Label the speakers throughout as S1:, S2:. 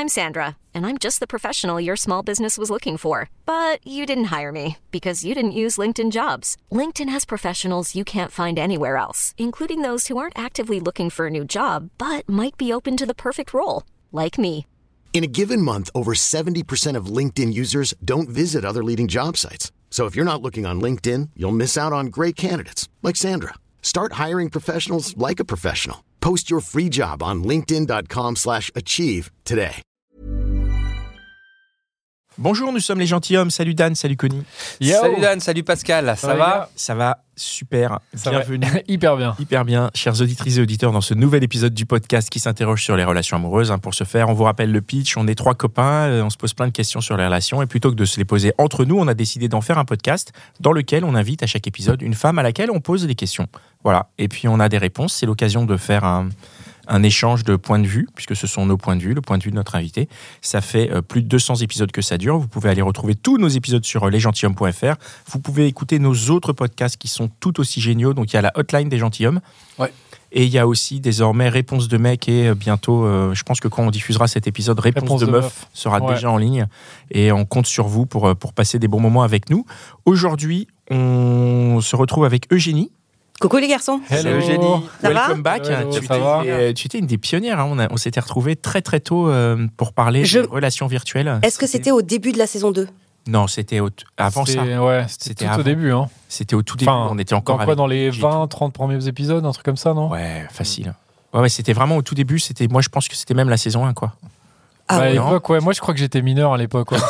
S1: I'm Sandra, and I'm just the professional your small business was looking for. But you didn't hire me because you didn't use LinkedIn Jobs. LinkedIn has professionals you can't find anywhere else, including those who aren't actively looking for a new job, but might be open to the perfect role, like me.
S2: In a given month, over 70% of LinkedIn users don't visit other leading job sites. So if you're not looking on LinkedIn, you'll miss out on great candidates like Sandra. Start hiring professionals like a professional. Post your free job on linkedin.com/achieve today.
S3: Bonjour, nous sommes les gentilshommes. Salut Dan, salut Connie.
S4: Yo. Salut Dan, salut Pascal, ça va ?
S3: Ça va super, bienvenue.
S4: Hyper bien.
S3: Hyper bien, chères auditrices et auditeurs, dans ce nouvel épisode du podcast qui s'interroge sur les relations amoureuses. Pour ce faire, on vous rappelle le pitch, on est 3 copains, on se pose plein de questions sur les relations et plutôt que de se les poser entre nous, on a décidé d'en faire un podcast dans lequel on invite à chaque épisode une femme à laquelle on pose des questions. Voilà, et puis on a des réponses, c'est l'occasion de faire un échange de points de vue, puisque ce sont nos points de vue, le point de vue de notre invité. Ça fait plus de 200 épisodes que ça dure. Vous pouvez aller retrouver tous nos épisodes sur lesgentilhommes.fr. Vous pouvez écouter nos autres podcasts qui sont tout aussi géniaux. Donc, il y a la hotline des gentilshommes.
S4: Ouais.
S3: Et il y a aussi désormais Réponse de mec et bientôt, je pense que quand on diffusera cet épisode, Réponse de meuf sera déjà en ligne. Et on compte sur vous pour passer des bons moments avec nous. Aujourd'hui, on se retrouve avec Eugénie.
S5: Coucou les garçons.
S4: Hello Eugénie.
S3: Welcome back. Tu étais une des pionnières. On s'était retrouvés très très tôt pour parler de relations virtuelles.
S5: Est-ce que c'était au début de la saison 2 ?
S3: Non, c'était avant ça.
S4: Ouais, c'était tout avant. Au début. Hein.
S3: C'était au tout début. On était encore
S4: dans les 20-30 premiers épisodes, un truc comme ça, non ?
S3: Ouais, facile. Ouais, c'était vraiment au tout début. Moi, je pense que c'était même la saison 1, quoi.
S4: À l'époque, ouais. Moi, je crois que j'étais mineur à l'époque. Ouais.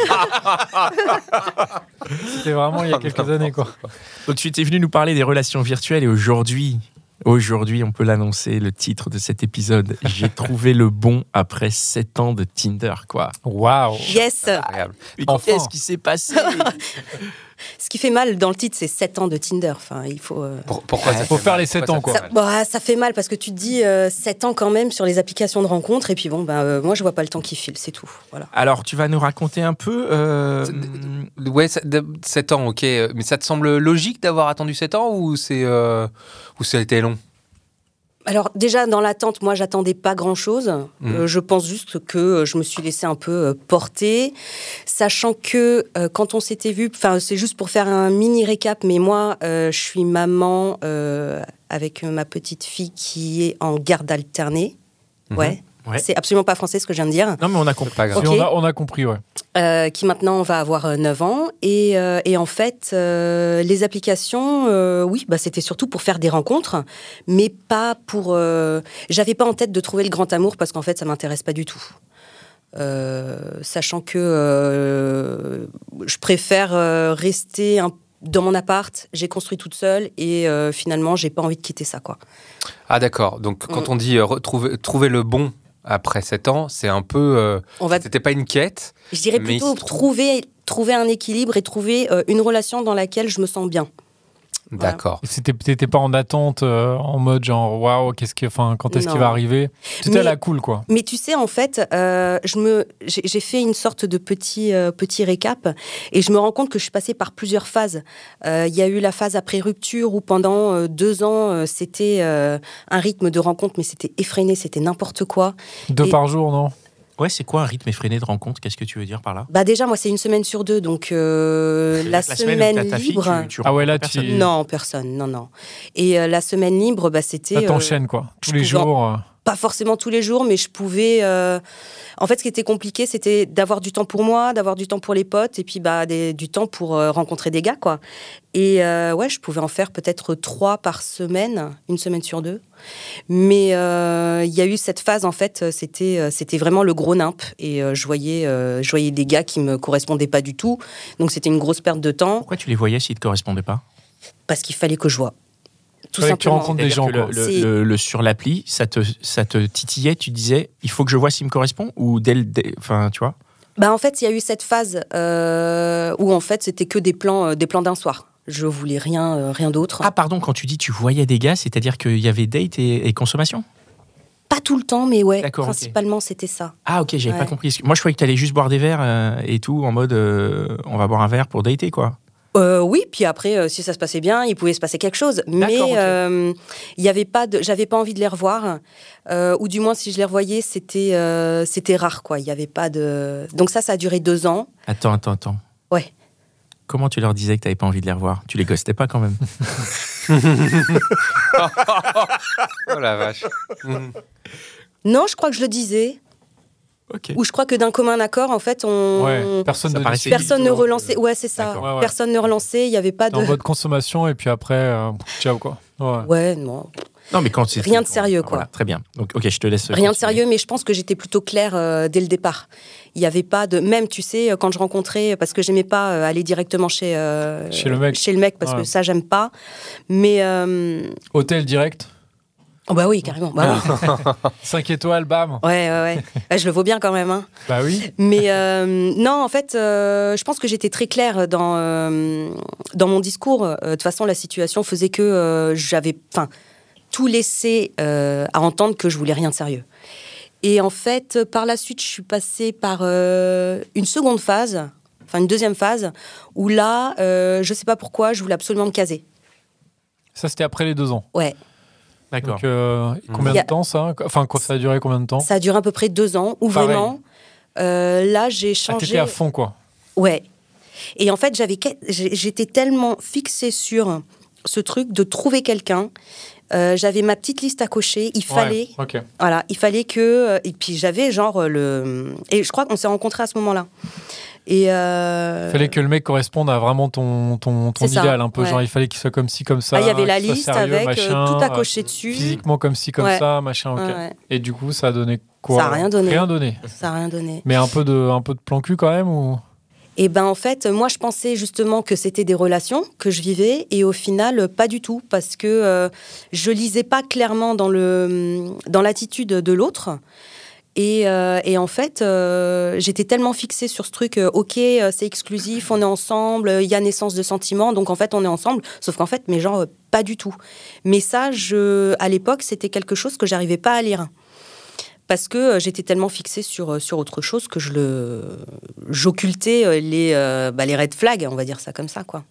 S4: C'était vraiment il y a quelques années, quoi.
S3: Donc, tu étais venu nous parler des relations virtuelles et aujourd'hui, on peut l'annoncer, le titre de cet épisode. J'ai trouvé le bon après 7 ans de Tinder, quoi.
S4: Waouh.
S5: Yes.
S3: Mais qu'est-ce qui s'est passé ?
S5: Ce qui fait mal dans le titre, c'est 7 ans de Tinder. Enfin, il faut.
S4: Pourquoi ça faut faire les 7 ans, quoi.
S5: Ça fait mal parce que tu te dis 7 ans quand même sur les applications de rencontres. Et puis bon, moi, je vois pas le temps qui file, c'est tout. Voilà.
S3: Alors, tu vas nous raconter un peu.
S4: Ouais, 7 ans, ok. Mais ça te semble logique d'avoir attendu 7 ans ou ça a été long ?
S5: Alors déjà, dans l'attente, moi, j'attendais pas grand-chose. Je pense juste que je me suis laissée un peu porter, sachant que quand on s'était vu, c'est juste pour faire un mini récap, mais moi, je suis maman avec ma petite fille qui est en garde alternée. Ouais. C'est absolument pas français ce que je viens de dire.
S3: Non, mais on a compris.
S5: Okay.
S4: On a compris, ouais.
S5: Qui maintenant va avoir 9 ans. Et en fait, les applications, c'était surtout pour faire des rencontres, mais pas pour... J'avais pas en tête de trouver le grand amour parce qu'en fait, ça m'intéresse pas du tout. Sachant que je préfère rester dans mon appart, j'ai construit toute seule et finalement, j'ai pas envie de quitter ça, quoi.
S4: Ah d'accord, donc quand on dit trouver le bon après 7 ans, c'est un peu... C'était pas une quête.
S5: Je dirais plutôt trouver un équilibre et trouver une relation dans laquelle je me sens bien. Voilà.
S4: D'accord.
S6: T'étais pas en attente, en mode genre waouh, quand est-ce qu'il va arriver ? C'était à la cool, quoi.
S5: Mais tu sais, en fait, j'ai fait une sorte de petit récap et je me rends compte que je suis passée par plusieurs phases. Il y a eu la phase après rupture où pendant 2 ans, c'était un rythme de rencontre, mais c'était effréné, c'était n'importe quoi.
S6: 2 par jour, non ?
S3: Ouais, c'est quoi un rythme effréné de rencontre ? Qu'est-ce que tu veux dire par là ?
S5: Déjà, moi, c'est 1 semaine sur 2, donc la semaine libre...
S3: Ah ouais, là,
S5: personne. Non, personne, non. Et la semaine libre, c'était...
S6: Ça t'enchaîne, quoi. Tous les jours...
S5: Pas forcément tous les jours, mais je pouvais... En fait, ce qui était compliqué, c'était d'avoir du temps pour moi, d'avoir du temps pour les potes, et puis du temps pour rencontrer des gars, quoi. Et je pouvais en faire peut-être 3 par semaine, 1 semaine sur 2. Mais il y a eu cette phase, en fait, c'était vraiment le gros nimp. Et je voyais des gars qui me correspondaient pas du tout. Donc, c'était une grosse perte de temps.
S3: Pourquoi tu les voyais s'ils te correspondaient pas ?
S5: Parce qu'il fallait que je vois. Tout
S6: simplement.
S5: Que tu
S6: rencontres des gens.
S3: Sur l'appli, ça te titillait, tu disais, il faut que je vois s'il me correspond ? Ou enfin, tu vois ?
S5: En fait, il y a eu cette phase où, en fait, c'était que des plans d'un soir. Je voulais rien d'autre.
S3: Ah, pardon, quand tu dis tu voyais des gars, c'est-à-dire qu'il y avait date et consommation ?
S5: Pas tout le temps, mais ouais,
S3: d'accord,
S5: principalement, c'était ça.
S3: Ah, ok, j'avais pas compris. Moi, je croyais que t'allais juste boire des verres et tout, en mode, on va boire un verre pour dater, quoi.
S5: Oui, puis après, si ça se passait bien, il pouvait se passer quelque chose. Mais il y avait pas j'avais pas envie de les revoir. Ou du moins, si je les revoyais, c'était rare, quoi. Il y avait pas de... Donc ça a duré 2 ans.
S3: Attends.
S5: Ouais.
S3: Comment tu leur disais que tu n'avais pas envie de les revoir? Tu les ghostais pas quand même?
S4: Oh la vache.
S5: Non, je crois que je le disais.
S3: Ok.
S5: Ou je crois que d'un commun accord, en fait,
S6: personne
S5: ne relançait. Ouais, c'est ça.
S6: Ouais.
S5: Personne ne relançait. Il y avait pas de.
S6: En mode consommation et puis après, ciao quoi.
S5: Ouais, non.
S3: Non, mais quand c'est
S5: Rien de sérieux, quoi.
S3: Voilà, très bien. Donc, ok, je te laisse.
S5: Rien de sérieux, mais je pense que j'étais plutôt claire dès le départ. Il n'y avait pas de... Même, tu sais, quand je rencontrais... Parce que j'aimais pas aller directement chez le mec, parce que ça, j'aime pas. Mais...
S6: Hôtel direct?
S5: Oh bah oui, carrément. Bah oui.
S6: 5 étoiles, bam.
S5: Ouais. Je le vaux bien quand même. Hein.
S6: Bah oui.
S5: Mais non, en fait, je pense que j'étais très claire dans mon discours. De toute façon, la situation faisait que j'avais... tout laissé à entendre que je voulais rien de sérieux. Et en fait, par la suite, je suis passée par une seconde phase, une deuxième phase, où là, je sais pas pourquoi, je voulais absolument me caser. Ça,
S6: c'était après les 2 ans?
S5: Ouais.
S6: D'accord. Donc, combien de temps, ça? Enfin, ça a duré combien de temps?
S5: Ça a duré à peu près 2 ans, où pareil. Vraiment, là, j'ai changé...
S6: t'étais à fond, quoi.
S5: Ouais. Et en fait, j'étais tellement fixée sur ce truc de trouver quelqu'un. J'avais ma petite liste à cocher. Il fallait, voilà, il fallait que. Et puis j'avais genre Et je crois qu'on s'est rencontrés à ce moment-là. Et il
S6: fallait que le mec corresponde à vraiment ton idéal, un peu. Genre, il fallait qu'il soit comme ci, comme ça.
S5: Il y avait la liste
S6: sérieux,
S5: avec
S6: machin,
S5: tout à cocher dessus.
S6: Physiquement comme ci, comme ça, machin. Ouais. Et du coup, ça a donné quoi?
S5: Ça a rien donné.
S6: Rien donné.
S5: Ça a rien donné.
S6: Mais un peu de plan cul quand même ou?
S5: Et ben en fait, moi je pensais justement que c'était des relations que je vivais et au final pas du tout parce que je lisais pas clairement dans l'attitude de l'autre et en fait j'étais tellement fixée sur ce truc ok c'est exclusif, on est ensemble, il y a naissance de sentiments donc en fait on est ensemble, sauf qu'en fait mais genre pas du tout. Mais ça à l'époque c'était quelque chose que j'arrivais pas à lire. Parce que j'étais tellement fixée sur autre chose que j'occultais les red flags, on va dire ça comme ça, quoi.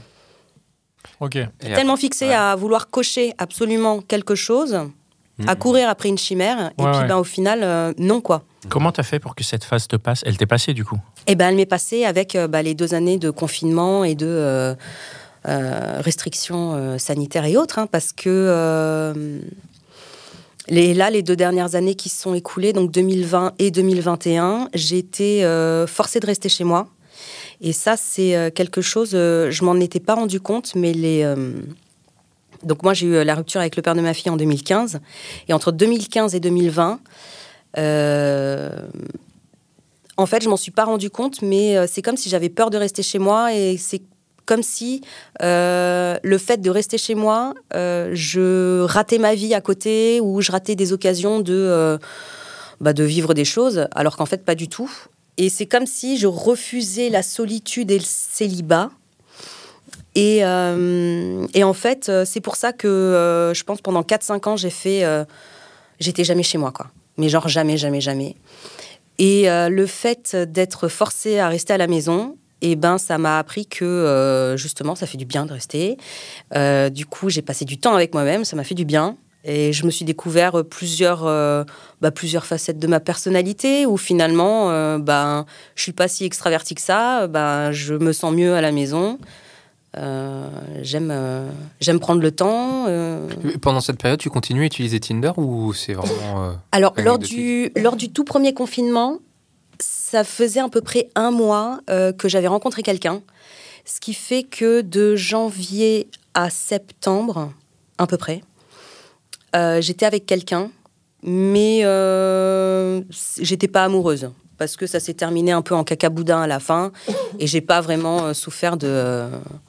S6: Ok.
S5: Tellement fixée à vouloir cocher absolument quelque chose, à courir après une chimère, et puis au final, non, quoi.
S3: Comment t'as fait pour que cette phase te passe? Elle t'est passée, du coup?
S5: Eh ben, elle m'est passée avec les 2 années de confinement et de restrictions sanitaires et autres, hein, parce que... les 2 dernières années qui se sont écoulées, donc 2020 et 2021, j'ai été forcée de rester chez moi. Et ça, c'est quelque chose, je m'en étais pas rendu compte, mais donc moi, j'ai eu la rupture avec le père de ma fille en 2015. Et entre 2015 et 2020, en fait, je m'en suis pas rendu compte, mais c'est comme si j'avais peur de rester chez moi et c'est comme si le fait de rester chez moi, je ratais ma vie à côté ou je ratais des occasions de vivre des choses, alors qu'en fait, pas du tout. Et c'est comme si je refusais la solitude et le célibat. Et en fait, c'est pour ça que je pense pendant 4-5 ans, j'étais jamais chez moi, quoi. Mais genre jamais. Et le fait d'être forcée à rester à la maison... Et ça m'a appris que, justement, ça fait du bien de rester. Du coup, j'ai passé du temps avec moi-même, ça m'a fait du bien. Et je me suis découvert plusieurs facettes de ma personnalité, où finalement, je suis pas si extravertie que ça, je me sens mieux à la maison. J'aime prendre le temps.
S4: Pendant cette période, tu continues à utiliser Tinder ou c'est vraiment...
S5: Alors, lors du tout premier confinement, ça faisait à peu près 1 mois que j'avais rencontré quelqu'un. Ce qui fait que de janvier à septembre, à peu près, j'étais avec quelqu'un, mais j'étais pas amoureuse. Parce que ça s'est terminé un peu en cacaboudin à la fin. Et j'ai pas vraiment souffert de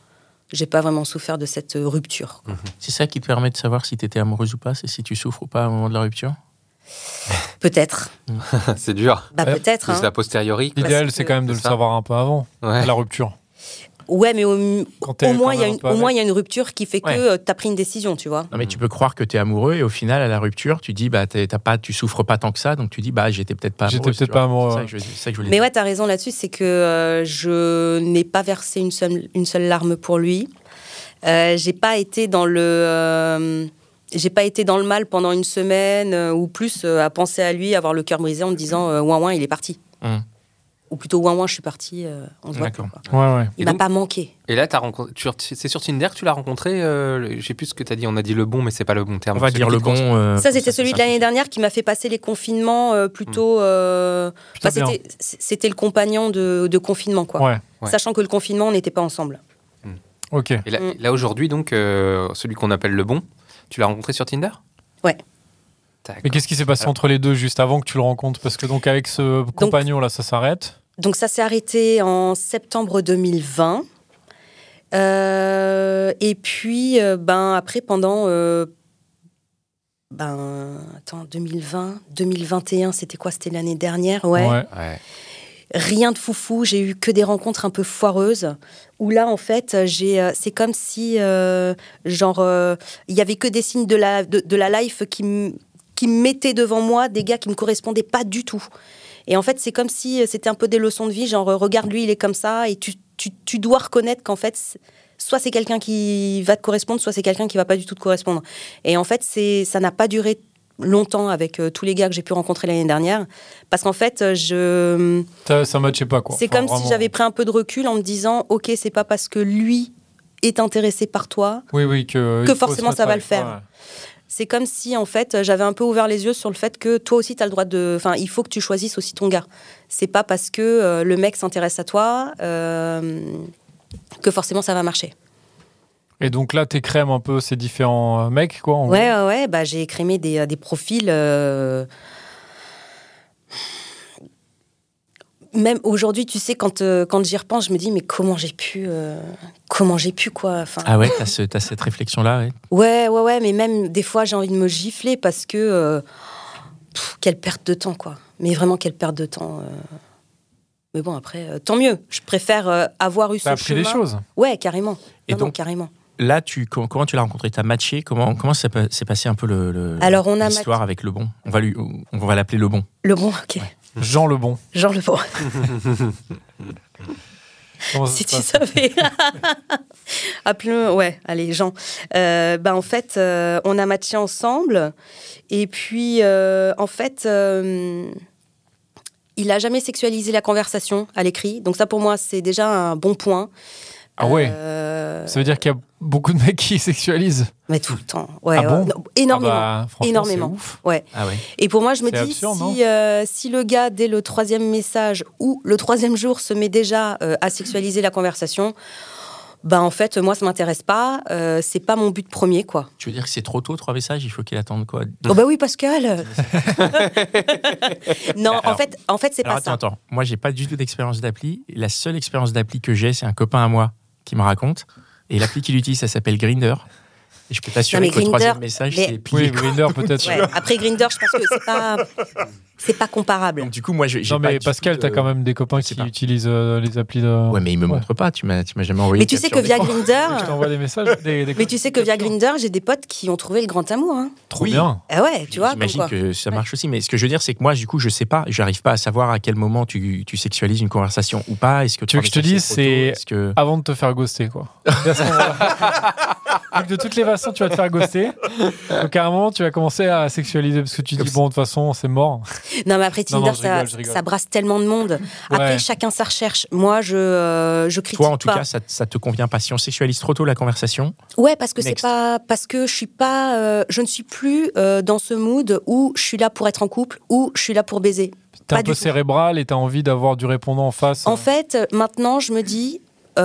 S5: cette rupture.
S3: C'est ça qui te permet de savoir si tu étais amoureuse ou pas? C'est si tu souffres ou pas au moment de la rupture?
S5: Peut-être.
S4: C'est dur.
S5: Peut-être.
S4: C'est a posteriori.
S6: L'idéal, c'est quand même de le savoir un peu avant, la rupture.
S5: Ouais, mais au moins, il y a une rupture qui fait que tu as pris une décision, tu vois.
S3: Non, mais tu peux croire que tu es amoureux et au final, à la rupture, tu dis, tu souffres pas tant que ça, donc tu dis, j'étais peut-être pas amoureux.
S6: J'étais peut-être pas amoureux.
S3: C'est ça que je voulais
S5: mais
S3: dire.
S5: ouais, tu as raison là-dessus, c'est que je n'ai pas versé une seule larme pour lui. J'ai pas été dans le mal pendant une semaine ou plus à penser à lui, à avoir le cœur brisé en me disant ouin, il est parti. Ou plutôt ouin, je suis partie, on se voit plus, quoi.
S6: Ouais.
S5: Il m'a pas manqué.
S4: Et là, c'est sur Tinder que tu l'as rencontré, je sais plus ce que tu as dit, on a dit le bon, mais c'est pas le bon terme.
S3: On va dire le bon.
S5: Ça, c'était celui de l'année dernière qui m'a fait passer les confinements plutôt... c'était le compagnon de confinement, quoi.
S6: Ouais.
S5: Sachant que le confinement, on n'était pas ensemble.
S6: Ok.
S4: Et là aujourd'hui, donc, celui qu'on appelle le bon, tu l'as rencontré sur Tinder ?
S5: Ouais.
S6: Mais qu'est-ce qui s'est passé entre les deux juste avant que tu le rencontres ? Parce que donc avec ce compagnon-là, ça s'arrête. Donc
S5: ça s'est arrêté en septembre 2020. Et puis, après, pendant... 2020, 2021, c'était quoi ? C'était l'année dernière, ouais. Rien de foufou, j'ai eu que des rencontres un peu foireuses, où là, en fait, c'est comme si, il y avait que des signes de la life qui me mettaient devant moi, des gars qui me correspondaient pas du tout. Et en fait, c'est comme si c'était un peu des leçons de vie, genre, regarde, lui, il est comme ça, et tu dois reconnaître qu'en fait, soit c'est quelqu'un qui va te correspondre, soit c'est quelqu'un qui va pas du tout te correspondre. Et en fait, ça n'a pas duré longtemps avec tous les gars que j'ai pu rencontrer l'année dernière, parce qu'en fait,
S6: ça matchait pas, quoi.
S5: C'est comme si j'avais pris un peu de recul en me disant, ok, c'est pas parce que lui est intéressé par toi que forcément ça va le faire. Ouais. C'est comme si, en fait, j'avais un peu ouvert les yeux sur le fait que toi aussi, tu as le droit de... Enfin, il faut que tu choisisses aussi ton gars. C'est pas parce que le mec s'intéresse à toi que forcément ça va marcher.
S6: Et donc là, t'écrèmes un peu ces différents mecs, quoi.
S5: Ouais. J'ai écrémé des profils... Même aujourd'hui, tu sais, quand j'y repense, je me dis, mais comment j'ai pu, quoi. Enfin,
S3: ah ouais, t'as cette réflexion-là,
S5: ouais. Ouais, mais même des fois, j'ai envie de me gifler parce que... quelle perte de temps, quoi. Mais vraiment, quelle perte de temps. Mais bon, après, tant mieux. Je préfère avoir eu ce chemin.
S6: T'as appris des choses.
S5: Ouais, carrément.
S3: Et donc,
S5: carrément.
S3: Là, comment tu l'as rencontré ? T'as matché ? Comment s'est passé un peu l'histoire avec le bon ? On va l'appeler le bon.
S5: Le bon, ok. Ouais.
S6: Jean le bon.
S5: Jean le bon. Si tu savais. Appelons, ouais, allez, Jean. En fait, on a matché ensemble. Et puis, en fait, il n'a jamais sexualisé la conversation à l'écrit. Donc ça, pour moi, c'est déjà un bon point.
S6: Ah ouais. Ça veut dire qu'il y a beaucoup de mecs qui sexualisent.
S5: Mais tout le temps. Ouais,
S6: ah bon
S5: énormément. Énormément.
S6: C'est ouf.
S5: Ouais.
S3: Ah ouais.
S5: Et pour moi, je me dis,
S6: absurde,
S5: si le gars, dès le 3e message ou le 3e jour, se met déjà à sexualiser la conversation, en fait, moi, ça m'intéresse pas. C'est pas mon but premier, quoi.
S3: Tu veux dire que c'est trop tôt, 3 messages ? Il faut qu'il attende quoi ?
S5: Oh oui, Pascal. Non, alors, en fait, c'est pas ça.
S3: Attends. Moi, j'ai pas du tout d'expérience d'appli. La seule expérience d'appli que j'ai, c'est un copain à moi qui me raconte. Et l'appli qu'il utilise, ça s'appelle Grindr. Et je peux t'assurer que le 3e message, c'est plié.
S6: Oui, Grindr peut-être.
S5: Ouais. Après Grindr, je pense que c'est pas comparable.
S3: Donc du coup, moi, j'ai
S6: non, mais Pascal, t'as quand même des copains qui utilisent les applis de...
S3: Ouais, mais ils me montrent pas. Tu m'as jamais envoyé.
S5: Mais tu sais que via Grindr...
S6: Je t'envoie des messages.
S5: Mais tu sais que via Grindr, j'ai des potes qui ont trouvé le grand amour. Hein.
S6: Trop bien.
S5: Ah ouais, tu vois.
S3: J'imagine que ça marche aussi. Mais ce que je veux dire, c'est que moi, du coup, je sais pas. J'arrive pas à savoir à quel moment tu sexualises une conversation ou pas. Est-ce que
S6: tu veux que je te dise, c'est avant de te faire ghoster, quoi. Donc de toutes les façons, tu vas te faire ghoster. Donc à un moment, tu vas commencer à sexualiser parce que tu dis, bon, de toute façon, c'est mort.
S5: Non, mais après Tinder, ça brasse tellement de monde. Après, chacun sa recherche. Moi, je critique pas.
S3: Toi, en tout cas, ça te convient pas. Si on sexualise trop tôt la conversation.
S5: Ouais, parce que je ne suis plus dans ce mood où je suis là pour être en couple, où je suis là pour baiser.
S6: T'es un peu cérébral et t'as envie d'avoir du répondant en face.
S5: En fait, maintenant, je me dis...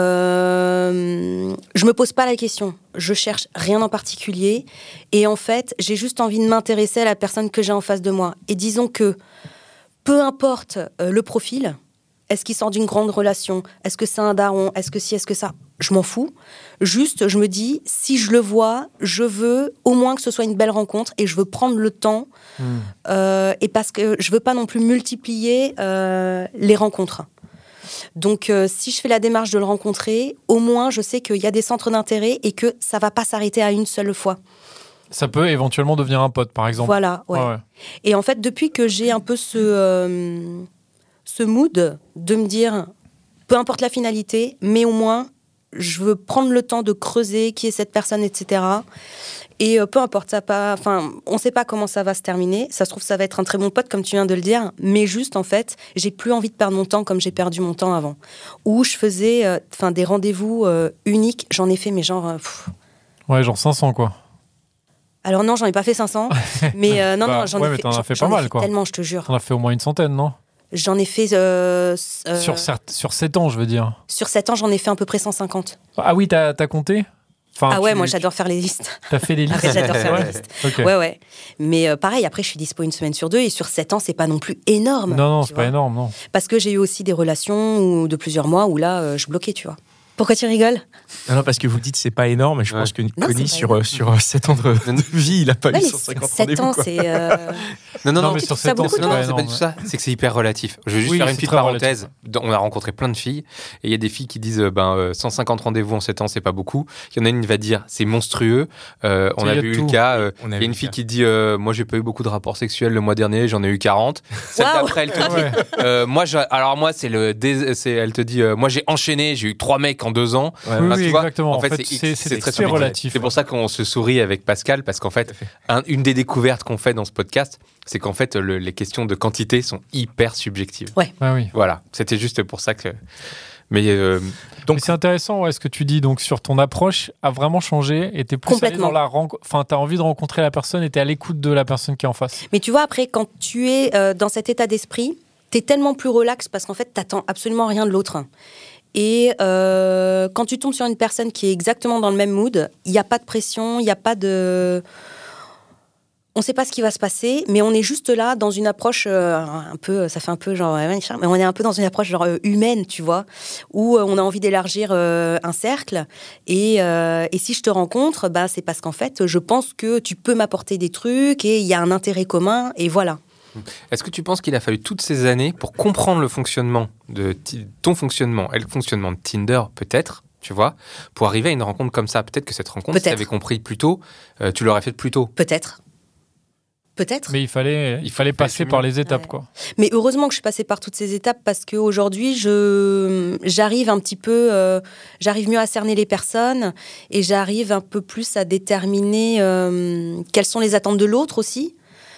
S5: je me pose pas la question, je cherche rien en particulier et en fait j'ai juste envie de m'intéresser à la personne que j'ai en face de moi et disons que peu importe le profil, est-ce qu'il sort d'une grande relation, est-ce que c'est un daron, est-ce que ci, est-ce que ça, je m'en fous, juste je me dis si je le vois, je veux au moins que ce soit une belle rencontre et je veux prendre le temps et parce que je veux pas non plus multiplier les rencontres. Donc, si je fais la démarche de le rencontrer, au moins, je sais qu'il y a des centres d'intérêt et que ça va pas s'arrêter à une seule fois.
S6: Ça peut éventuellement devenir un pote, par exemple.
S5: Voilà, ouais. Et en fait, depuis que j'ai un peu ce mood de me dire, peu importe la finalité, mais au moins, je veux prendre le temps de creuser qui est cette personne, etc. Et peu importe, on ne sait pas comment ça va se terminer. Ça se trouve, ça va être un très bon pote, comme tu viens de le dire. Mais juste, en fait, j'ai plus envie de perdre mon temps comme j'ai perdu mon temps avant. Où je faisais des rendez-vous uniques. J'en ai fait, mais genre...
S6: Ouais, genre 500, quoi.
S5: Alors non, j'en ai pas fait 500. Mais non, j'en ai fait,
S6: mais t'en as fait pas mal, quoi.
S5: Tellement, je te jure.
S6: T'en as fait au moins une centaine, non ?
S5: J'en ai fait...
S6: Sur 7 ans, je veux dire.
S5: Sur 7 ans, j'en ai fait à peu près 150.
S6: Ah oui, t'as compté ?
S5: Enfin, moi j'adore faire les listes.
S6: T'as fait les listes.
S5: Après, j'adore faire les listes.
S6: Okay.
S5: Ouais. Mais pareil, après je suis dispo une semaine sur 2 et sur 7 ans, c'est pas non plus énorme.
S6: Non, c'est pas énorme, non.
S5: Parce que j'ai eu aussi des relations de plusieurs mois où là, je bloquais, tu vois. Pourquoi tu rigoles ?
S3: Non, parce que vous dites c'est pas énorme. Je pense que Connie, sur 7 ans de vie, il a pas eu 150
S5: 7 ans, c'est...
S4: Non,
S6: mais sur 7 ans,
S4: c'est pas du tout ça. C'est que c'est hyper relatif. Je vais juste faire une petite parenthèse. On a rencontré plein de filles et il y a des filles qui disent 150 rendez-vous en 7 ans, c'est pas beaucoup. Il y en a une qui va dire c'est monstrueux. On a vu le cas. Il y a une fille qui dit moi j'ai pas eu beaucoup de rapports sexuels le mois dernier, j'en ai eu 40. Celle d'après, elle te dit elle te dit moi j'ai enchaîné, j'ai eu 3 mecs en 2 ans.
S6: Oui, exactement.
S4: En fait, c'est très
S6: relatif.
S4: C'est pour ça qu'on se sourit avec Pascal, parce qu'en fait, une des découvertes qu'on fait dans ce podcast, c'est qu'en fait, les questions de quantité sont hyper subjectives.
S5: Ouais.
S6: Ah oui.
S4: Voilà, c'était juste pour ça que... Mais
S6: c'est intéressant, ce que tu dis, donc sur ton approche a vraiment changé et t'es plus allé dans la rencontre, enfin t'as envie de rencontrer la personne et t'es à l'écoute de la personne qui est en face.
S5: Mais tu vois, après, quand tu es dans cet état d'esprit, t'es tellement plus relax parce qu'en fait, t'attends absolument rien de l'autre. Et quand tu tombes sur une personne qui est exactement dans le même mood, il n'y a pas de pression, il n'y a pas de... On ne sait pas ce qui va se passer, mais on est juste là dans une approche un peu... Ça fait un peu genre... Mais on est un peu dans une approche genre humaine, tu vois, où on a envie d'élargir un cercle. Et si je te rencontre, c'est parce qu'en fait, je pense que tu peux m'apporter des trucs et il y a un intérêt commun, et voilà.
S4: Est-ce que tu penses qu'il a fallu toutes ces années pour comprendre le fonctionnement de ton fonctionnement et le fonctionnement de Tinder, peut-être, tu vois, pour arriver à une rencontre comme ça ? Peut-être que cette rencontre, si tu avais compris plus tôt, tu l'aurais faite plus tôt.
S5: Peut-être.
S6: Mais il fallait passer par les étapes, quoi.
S5: Mais heureusement que je suis passée par toutes ces étapes parce qu'aujourd'hui, j'arrive un petit peu... j'arrive mieux à cerner les personnes et j'arrive un peu plus à déterminer quelles sont les attentes de l'autre aussi.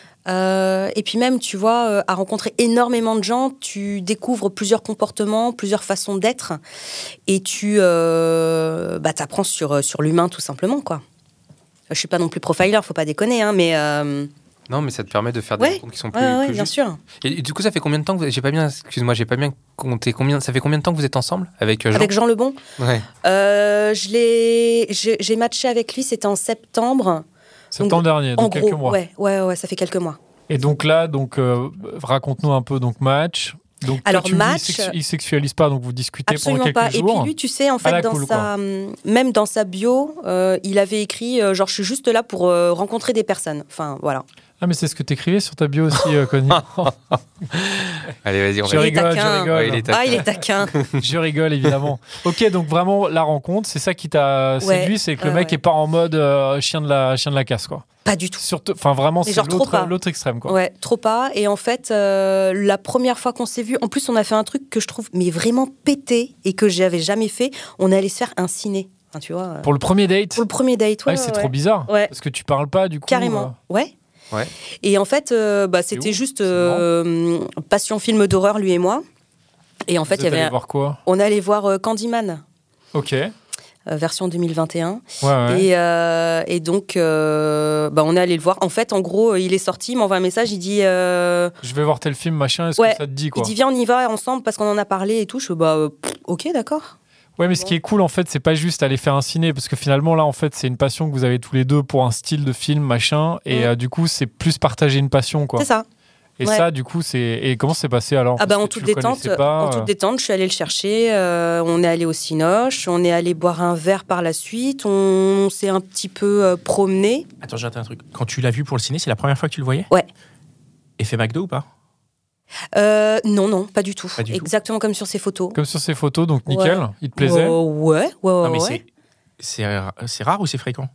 S5: Et puis même, tu vois, à rencontrer énormément de gens, tu découvres plusieurs comportements, plusieurs façons d'être, et tu t'apprends sur l'humain tout simplement, quoi. Je suis pas non plus profiler, faut pas déconner, hein, mais
S4: non, mais ça te permet de faire des rencontres qui sont plus
S5: bien
S4: justes.
S5: sûr.
S4: Et du coup, ça fait combien de temps que j'ai pas bien compté ça fait combien de temps que vous êtes ensemble avec Jean ?
S5: Avec Jean Lebon.
S4: Ouais.
S5: J'ai matché avec lui, c'était en septembre.
S6: Septembre dernier, donc quelques mois.
S5: Ouais, ça fait quelques mois.
S6: Et donc là, raconte-nous un peu match. Donc
S5: alors
S6: tu
S5: match,
S6: dis, il sexualise pas, donc vous discutez pendant quelques
S5: pas.
S6: jours.
S5: Et puis lui, tu sais, en fait, même dans sa bio, il avait écrit genre je suis juste là pour rencontrer des personnes. Enfin voilà.
S6: Ah mais c'est ce que t'écrivais sur ta bio aussi, Connie.
S4: Allez, vas-y,
S6: je rigole.
S5: Il est taquin.
S6: Je rigole évidemment. Ok, donc vraiment la rencontre, c'est ça qui t'a séduit, c'est que le mec est pas en mode chien de la casse, quoi.
S5: Pas du tout.
S6: Enfin vraiment, c'est l'autre extrême, quoi.
S5: Ouais, trop pas. Et en fait, la première fois qu'on s'est vu, en plus on a fait un truc que je trouve mais vraiment pété et que j'avais jamais fait. On est allé se faire un ciné. Enfin, tu vois.
S6: Pour le premier date.
S5: Pour le premier date, ouais.
S6: C'est trop bizarre. Ouais. Parce que tu parles pas du coup.
S5: Carrément. Ouais. Et en fait, c'était juste passion film d'horreur, lui et moi. Et en fait, il y avait.
S6: Allé voir quoi ?
S5: On allait voir Candyman.
S6: Ok.
S5: Version 2021.
S6: Ouais.
S5: Et donc, on est allé le voir. En fait, en gros, il est sorti, il m'envoie un message, il dit...
S6: Je vais voir tel film, machin, est-ce que ça te dit, quoi ?
S5: Il dit, viens, on y va ensemble parce qu'on en a parlé et tout. Je fais, ok, d'accord.
S6: Ouais, mais ce qui est cool, en fait, c'est pas juste aller faire un ciné, parce que finalement, là, en fait, c'est une passion que vous avez tous les deux pour un style de film, machin, et du coup, c'est plus partager une passion, quoi.
S5: C'est ça.
S6: Et ça, du coup, c'est... Et comment c'est passé, alors ?
S5: En toute détente, je suis allée le chercher, on est allé au Cinoche, on est allé boire un verre par la suite, on s'est un petit peu promené.
S3: Attends, j'ai raté un truc. Quand tu l'as vu pour le ciné, c'est la première fois que tu le voyais ?
S5: Ouais.
S3: Effet McDo ou pas ?
S5: Non, pas du tout. Exactement comme sur ces photos.
S6: Comme sur ces photos, donc nickel. Il te plaisait?
S5: Ouais.
S3: Non, mais c'est rare ou c'est fréquent?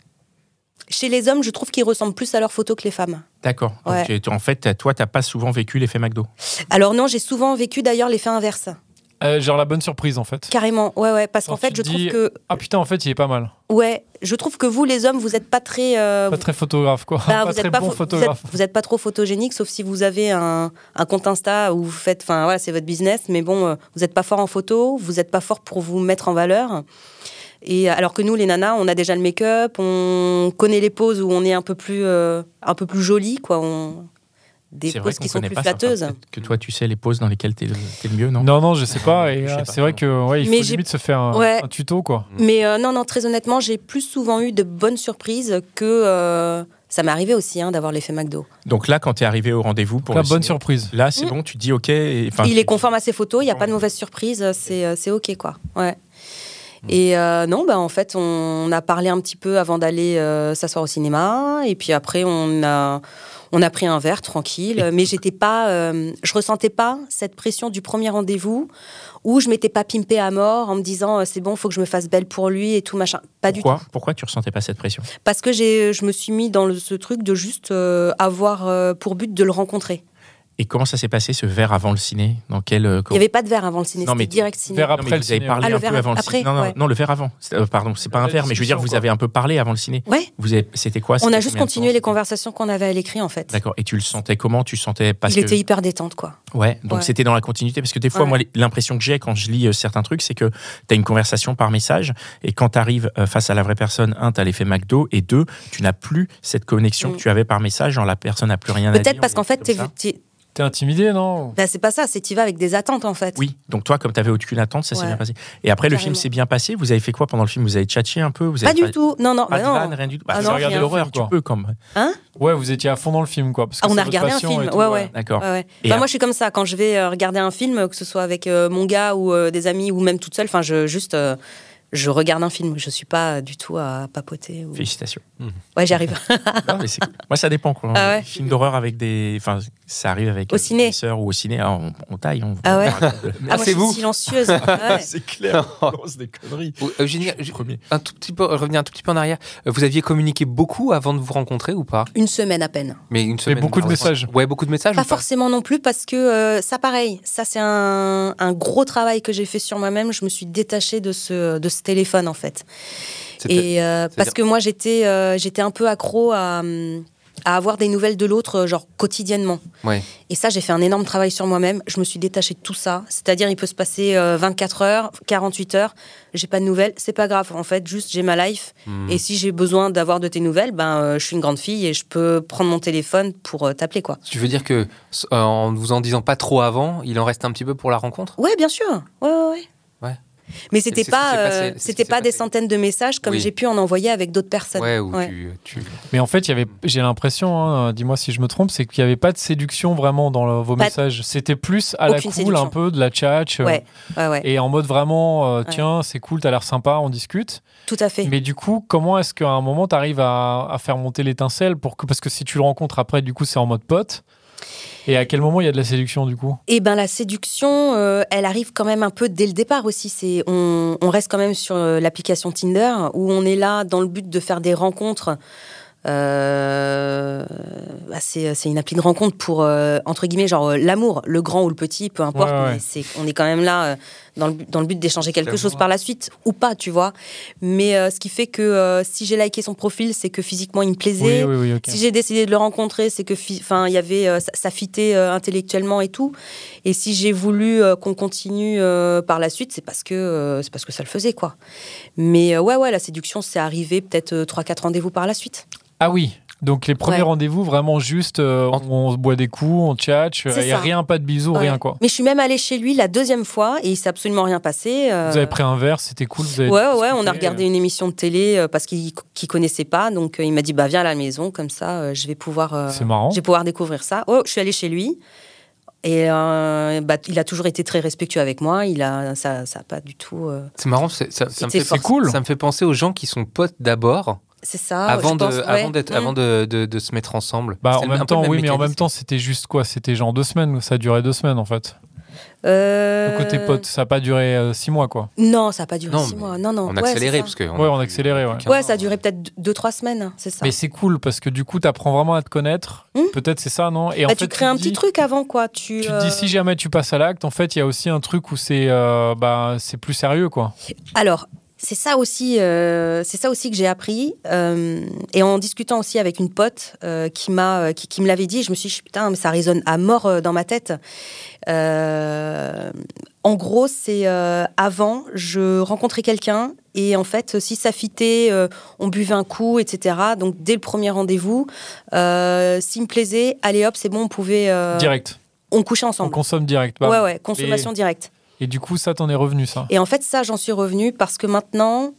S5: Chez les hommes, je trouve qu'ils ressemblent plus à leurs photos que les femmes.
S3: D'accord. Ouais. Donc, en fait, toi, t'as pas souvent vécu l'effet McDo?
S5: Alors non, j'ai souvent vécu d'ailleurs l'effet inverse.
S6: Genre la bonne surprise, en fait.
S5: Carrément, ouais. Parce qu'en fait, je trouve que...
S6: Ah putain, en fait, il est pas mal.
S5: Ouais, je trouve que vous, les hommes, vous n'êtes pas très...
S6: Pas très photographe, quoi. Pas très bon photographe.
S5: Vous n'êtes pas trop photogénique, sauf si vous avez un compte Insta où vous faites... Enfin, voilà, c'est votre business, mais bon, vous n'êtes pas fort en photo, vous n'êtes pas fort pour vous mettre en valeur. Et alors que nous, les nanas, on a déjà le make-up, on connaît les poses où on est un peu plus jolie, quoi. Des poses qui sont plus flatteuses.
S3: Que toi, tu sais les poses dans lesquelles t'es le mieux, non?
S6: Non, je sais pas. Et c'est vrai que il faut limite se faire un tuto, quoi.
S5: Mais non, très honnêtement, j'ai plus souvent eu de bonnes surprises que... ça m'est arrivé aussi d'avoir l'effet McDo.
S3: Donc là, quand tu es arrivé au rendez-vous pour
S6: la bonne surprise.
S3: Là, c'est bon, tu te dis OK.
S5: Il est conforme à ses photos, il n'y a pas de mauvaise surprise, c'est OK, quoi. Ouais. Et non, en fait, on a parlé un petit peu avant d'aller s'asseoir au cinéma. Et puis après, on a pris un verre tranquille. Mais je ressentais pas cette pression du premier rendez-vous où je m'étais pas pimpée à mort en me disant c'est bon, faut que je me fasse belle pour lui et tout machin. Pas du tout.
S3: Pourquoi tu ressentais pas cette pression?
S5: Parce que je me suis mis dans ce truc de juste avoir pour but de le rencontrer.
S3: Et comment ça s'est passé, ce verre avant le ciné? Il
S5: n'y avait pas de verre avant le ciné, c'était direct ciné.
S6: Verre après,
S3: vous avez parlé un peu avant le ciné. Non, le verre avant. Pardon, c'est pas un verre, mais je veux dire, vous avez un peu parlé avant le ciné.
S5: Ouais.
S3: C'était quoi?
S5: On a juste continué les conversations qu'on avait à l'écrit, en fait.
S3: D'accord. Et tu le sentais comment? Il
S5: était hyper détente, quoi.
S3: Ouais, donc c'était dans la continuité. Parce que des fois, moi, l'impression que j'ai quand je lis certains trucs, c'est que tu as une conversation par message, et quand tu arrives face à la vraie personne, tu as l'effet McDo, et 2, tu n'as plus cette connexion que tu avais par message, genre la personne n'a plus rien à dire.
S5: Peut-être parce qu'en fait,
S6: t'es intimidé, non?
S5: C'est pas ça, c'est t'y vas avec des attentes, en fait.
S3: Oui, donc toi, comme t'avais aucune attente, ça s'est bien passé. Et après, le film s'est bien passé. Vous avez fait quoi pendant le film? Vous avez tchatché un peu?
S5: Pas du tout. Non.
S3: Pas de vanne, rien du tout. Vous avez regardé l'horreur, tu peux, quand même.
S6: Ouais, vous étiez à fond dans le film, quoi. Parce que
S5: on a regardé un film, ouais.
S3: D'accord.
S5: Moi, je suis comme ça. Quand je vais regarder un film, que ce soit avec mon gars ou des amis ou même toute seule, je regarde un film, je suis pas du tout à papoter.
S3: Félicitations.
S5: Ouais, j'y arrive.
S3: Non, mais moi, ça dépend, quoi. Film d'horreur avec ça arrive avec
S5: au ciné.
S3: Des sœurs ou au ciné. On taille.
S5: Ah ouais.
S3: Moi,
S5: c'est vous. Silencieuse.
S3: C'est clair. C'est des conneries.
S4: Eugénie, revenir un tout petit peu en arrière. Vous aviez communiqué beaucoup avant de vous rencontrer ou pas?
S5: Une semaine à peine.
S4: Mais une semaine.
S6: Et beaucoup de messages.
S4: Ouais, beaucoup de messages.
S5: Pas forcément non plus, parce que ça, pareil. Ça, c'est un gros travail que j'ai fait sur moi-même. Je me suis détachée de ce téléphone, en fait. Et parce que moi, j'étais un peu accro à avoir des nouvelles de l'autre, genre quotidiennement.
S4: Ouais.
S5: Et ça, j'ai fait un énorme travail sur moi-même. Je me suis détachée de tout ça. C'est-à-dire, il peut se passer 24 heures, 48 heures, j'ai pas de nouvelles, c'est pas grave. En fait, juste, j'ai ma life. Et si j'ai besoin d'avoir de tes nouvelles, je suis une grande fille et je peux prendre mon téléphone pour t'appeler, quoi.
S4: Tu veux dire que, en vous en disant pas trop avant, il en reste un petit peu pour la rencontre?
S5: Ouais, bien sûr. Ouais. Mais c'était pas des centaines de messages comme j'ai pu en envoyer avec d'autres personnes.
S6: Mais en fait, j'ai l'impression, dis-moi si je me trompe, c'est qu'il n'y avait pas de séduction vraiment dans vos messages. C'était plus à la cool, séduction. Un peu de la tchatch.
S5: Ouais.
S6: Et en mode vraiment, tiens, c'est cool, t'as l'air sympa, on discute.
S5: Tout à fait.
S6: Mais du coup, comment est-ce qu'à un moment, t'arrives à faire monter l'étincelle parce que si tu le rencontres après, du coup, c'est en mode pote. Et à quel moment il y a de la séduction, du coup?
S5: La séduction, elle arrive quand même un peu dès le départ aussi. On reste quand même sur l'application Tinder, où on est là dans le but de faire des rencontres. C'est une appli de rencontre pour, entre guillemets, genre l'amour, le grand ou le petit, peu importe.
S6: Ouais.
S5: Mais on est quand même là dans le but d'échanger quelque chose par la suite, ou pas, tu vois. Mais ce qui fait que si j'ai liké son profil, c'est que physiquement il me plaisait.
S6: Oui, okay.
S5: Si j'ai décidé de le rencontrer, c'est que il y avait ça fitait intellectuellement et tout. Et si j'ai voulu qu'on continue par la suite, c'est parce que ça le faisait, quoi. Mais la séduction, c'est arrivé peut-être 3-4 rendez-vous par la suite.
S6: Ah oui, donc les premiers rendez-vous, vraiment juste, on se boit des coups, on tchatche, et rien, pas de bisous, rien, quoi.
S5: Mais je suis même allée chez lui la deuxième fois et il s'est absolument rien passé.
S6: Vous avez pris un verre, c'était cool. Vous avez
S5: on a regardé une émission de télé parce qu'il connaissait pas, donc il m'a dit viens à la maison, comme ça je vais pouvoir.
S6: C'est marrant.
S5: Je vais pouvoir découvrir ça. Je suis allée chez lui. Et il a toujours été très respectueux avec moi. Ça a pas du tout.
S4: C'est marrant, c'est cool. Ça me fait penser aux gens qui sont potes d'abord.
S5: C'est ça.
S4: Avant de se mettre ensemble.
S6: En même temps, oui, mais en même temps, c'était juste quoi ? C'était genre 2 semaines. Ça a duré 2 semaines en fait. Le côté pote, ça n'a pas duré 6 mois, quoi.
S5: Non, ça n'a pas duré 6 mois. Non.
S4: On a accéléré parce que.
S6: On a accéléré, ouais.
S5: Ouais, ça a duré peut-être 2-3 semaines, c'est ça.
S6: Mais c'est cool parce que du coup, tu apprends vraiment à te connaître. Peut-être c'est ça, non ? Et en fait,
S5: tu crées un petit truc avant, quoi. Tu
S6: te dis si jamais tu passes à l'acte, en fait, il y a aussi un truc où c'est plus sérieux, quoi.
S5: Alors. C'est ça aussi que j'ai appris. Et en discutant aussi avec une pote qui me l'avait dit, je me suis dit, putain, mais ça résonne à mort dans ma tête. En gros, c'est avant, je rencontrais quelqu'un et en fait, si ça fitait, on buvait un coup, etc. Donc, dès le premier rendez-vous, s'il me plaisait, allez hop, c'est bon, on pouvait...
S6: Direct.
S5: On couchait ensemble.
S6: On consomme direct.
S5: Ouais, consommation directe.
S6: Et du coup, ça, t'en es revenu, ça ?
S5: Et en fait, ça, j'en suis revenue parce que maintenant,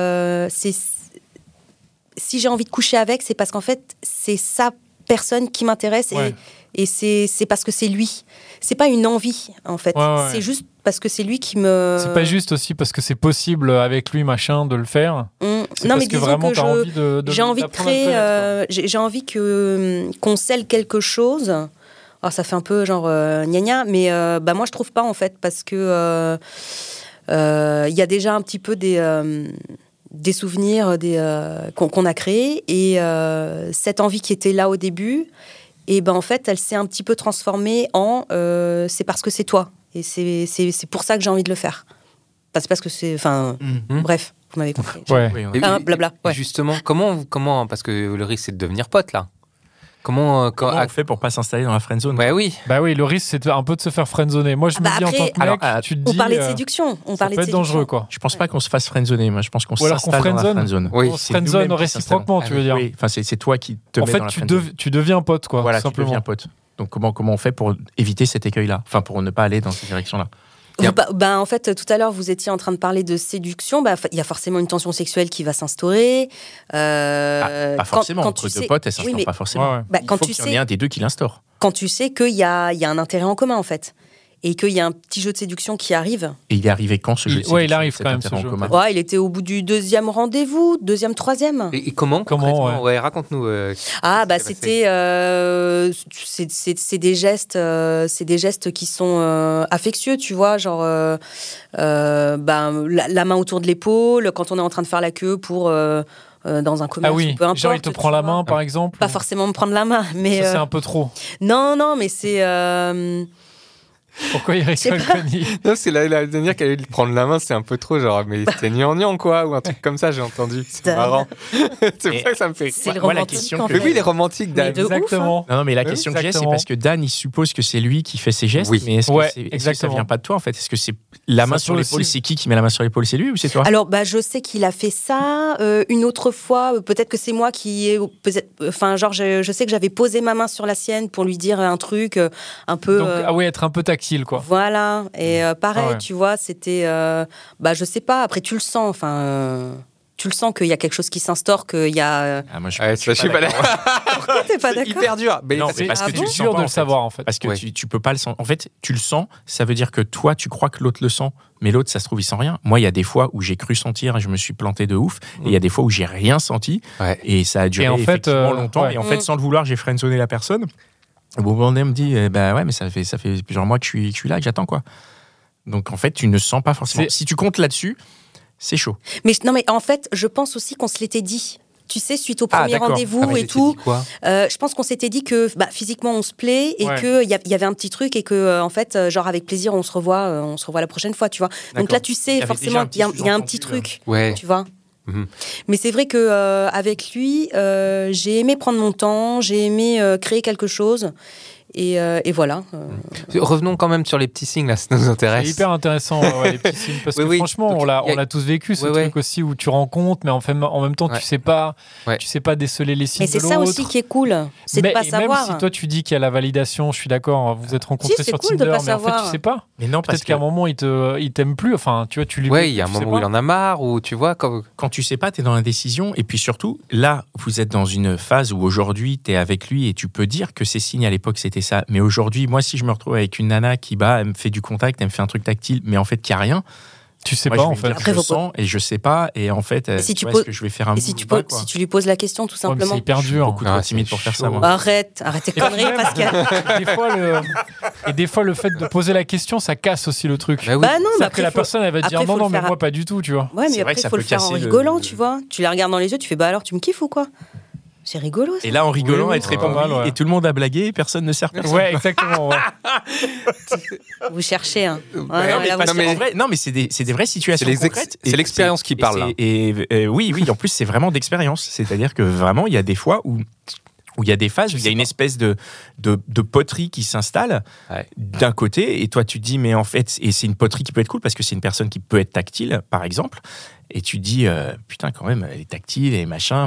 S5: si j'ai envie de coucher avec, c'est parce qu'en fait, c'est sa personne qui m'intéresse et c'est parce que c'est lui. C'est pas une envie, en fait. C'est juste parce que c'est lui qui me...
S6: C'est pas juste aussi parce que c'est possible avec lui, machin, de le faire. C'est
S5: non,
S6: parce que vraiment, t'as envie de
S5: j'ai envie de créer... j'ai envie qu'on scelle quelque chose... Alors, ça fait un peu genre gna-gna, mais moi, je trouve pas, en fait, parce que y a déjà un petit peu des souvenirs qu'on a créés, et cette envie qui était là au début, et en fait, elle s'est un petit peu transformée en c'est parce que c'est toi, et c'est pour ça que j'ai envie de le faire. C'est parce que c'est... Enfin, bref, vous m'avez compris. Blabla.
S4: Ouais. Justement, comment... Parce que le risque, c'est de devenir pote, là. Comment
S3: on fait pour pas s'installer dans la friendzone ?
S4: Oui.
S6: Le risque, c'est un peu de se faire friendzoner. Moi, je me dis
S5: après,
S6: en tant que mec, tu te dis...
S5: On parlait de séduction.
S6: Ça peut être dangereux, quoi.
S3: Je pense pas qu'on se fasse friendzoner. Moi, je pense qu'on s'installe dans la friendzone.
S6: Oui. On se friendzone réciproquement, tu veux dire.
S3: Oui, enfin, c'est toi qui te mets dans la friendzone.
S6: En fait, tu deviens pote, quoi.
S3: Voilà,
S6: simplement.
S3: tu deviens pote. Donc, comment on fait pour éviter cet écueil-là ? Enfin, pour ne pas aller dans cette direction-là.
S5: En fait, tout à l'heure, vous étiez en train de parler de séduction. Il y a forcément une tension sexuelle qui va s'instaurer.
S3: Pas forcément. Entre deux potes, elle s'instaure pas forcément. Il faut qu'il y en ait un des deux qui l'instaure.
S5: Quand tu sais qu'il y a un intérêt en commun, en fait. Et qu'il y a un petit jeu de séduction qui arrive.
S3: Et il est arrivé quand, ce jeu de séduction ?
S6: Ouais, il arrive quand même, ce jeu.
S5: Il était au bout du 2e rendez-vous, 2e, 3e.
S4: Et comment raconte-nous.
S5: C'était... c'est des gestes qui sont affectueux, tu vois, genre la main autour de l'épaule, quand on est en train de faire la queue pour... dans un commerce, peu importe.
S6: Genre il te prend la main, par exemple.
S5: Pas forcément me prendre la main, mais...
S6: Ça, c'est un peu trop.
S5: Non, mais c'est...
S6: Pourquoi il rigole, Connie ?
S4: Non, c'est la dernière qu'elle allait lui prendre la main, c'est un peu trop genre, mais c'est gnangnan quoi, ou un truc comme ça, j'ai entendu. C'est marrant. C'est pour ça que ça me fait.
S5: C'est le romantique.
S4: Mais oui, il est romantique, Dan.
S6: Exactement.
S3: Non, mais la question que j'ai, c'est parce que Dan, il suppose que c'est lui qui fait ses gestes, mais est-ce que ça vient pas de toi en fait ? Est-ce que c'est la main sur l'épaule, c'est qui met la main sur l'épaule ? C'est lui ou c'est toi ?
S5: Alors, je sais qu'il a fait ça. Une autre fois, peut-être que c'est moi qui enfin, genre, je sais que j'avais posé ma main sur la sienne pour lui dire un truc un peu.
S6: Donc, être un peu tactile, quoi.
S5: Voilà. Et pareil, tu vois, c'était. Je sais pas. Après, tu le sens. Enfin. Tu le sens qu'il y a quelque chose qui s'instaure, qu'il y a...
S3: moi, je suis pas d'accord.
S5: Pourquoi t'es pas d'accord ?
S4: C'est hyper dur.
S3: Mais non, c'est parce que tu le sens
S6: dur de le savoir, en fait.
S3: Parce que tu peux pas le sentir. En fait, tu le sens, ça veut dire que toi, tu crois que l'autre le sent, mais l'autre, ça se trouve, il sent rien. Moi, il y a des fois où j'ai cru sentir et je me suis planté de ouf, et il y a des fois où j'ai rien senti, et ça a duré effectivement longtemps, et en fait, sans le vouloir, j'ai friendzonné la personne. Au bout d'un moment, on me dit, mais ça fait plusieurs mois que je suis là, que j'attends, quoi. Donc, en fait, tu ne sens pas forcément. Si tu comptes là-dessus, c'est chaud.
S5: Mais en fait, je pense aussi qu'on se l'était dit. Tu sais, suite au premier rendez-vous et tout, je pense qu'on s'était dit que physiquement on se plaît et qu'il y avait un petit truc et que en fait, genre avec plaisir, on se revoit la prochaine fois, tu vois. Donc là, tu sais forcément qu'il y a un petit truc, tu vois. Mm-hmm. Mais c'est vrai que avec lui, j'ai aimé prendre mon temps, j'ai aimé créer quelque chose. Et voilà.
S4: Revenons quand même sur les petits signes, là, ça nous intéresse.
S6: C'est hyper intéressant, les petits signes, parce que franchement, on l'a tous vécu, ce truc aussi où tu rencontres, mais en même temps, tu sais pas déceler les signes de l'autre.
S5: Mais c'est ça aussi qui est cool, c'est de pas savoir.
S6: Même si toi, tu dis qu'il y a la validation, je suis d'accord, vous êtes rencontrés sur Tinder, mais en fait, tu sais pas. Mais non, peut-être qu'à un moment, il t'aime plus, enfin, tu vois, tu lui...
S4: Ouais, il y a un moment où il en a marre, ou tu vois...
S3: Quand tu sais pas, t'es dans l'indécision, et puis surtout, là, vous êtes dans une phase où aujourd'hui, t'es avec lui, et tu peux dire que ces signes, à l'époque, c'était ça. Mais aujourd'hui, moi, si je me retrouve avec une nana qui elle me fait du contact, elle me fait un truc tactile, mais en fait, qu'il n'y a rien,
S6: Tu sais pas en fait.
S3: Après, je sens et je sais pas. Et en fait, est-ce que je vais faire un
S5: si tu lui poses la question, tout simplement.
S6: C'est hyper dur.
S3: Beaucoup trop timide pour faire ça. Moi.
S5: Arrête tes conneries, Pascal.
S6: Des fois, le fait de poser la question, ça casse aussi le truc.
S5: Bah non, mais
S6: après la personne, elle va te dire non, mais moi pas du tout, tu vois.
S5: Ouais, mais après, il faut le faire en rigolant, tu vois. Tu les regardes dans les yeux, tu fais bah alors, tu me kiffes ou quoi? C'est rigolo, ça.
S3: Et là, en rigolant, elle te répond mal, et tout le monde a blagué et personne ne sert personne.
S6: Ouais, exactement. Ouais.
S5: Vous cherchez, hein.
S3: Non, mais c'est des vraies situations concrètes.
S4: C'est l'expérience qui parle, là.
S3: Et oui, en plus, c'est vraiment d'expérience. C'est-à-dire que vraiment, il y a des fois où il y a des phases où il y a une espèce de poterie qui s'installe d'un côté, et toi, tu te dis, mais en fait, et c'est une poterie qui peut être cool parce que c'est une personne qui peut être tactile, par exemple, et tu te dis, putain, quand même, elle est tactile et machin.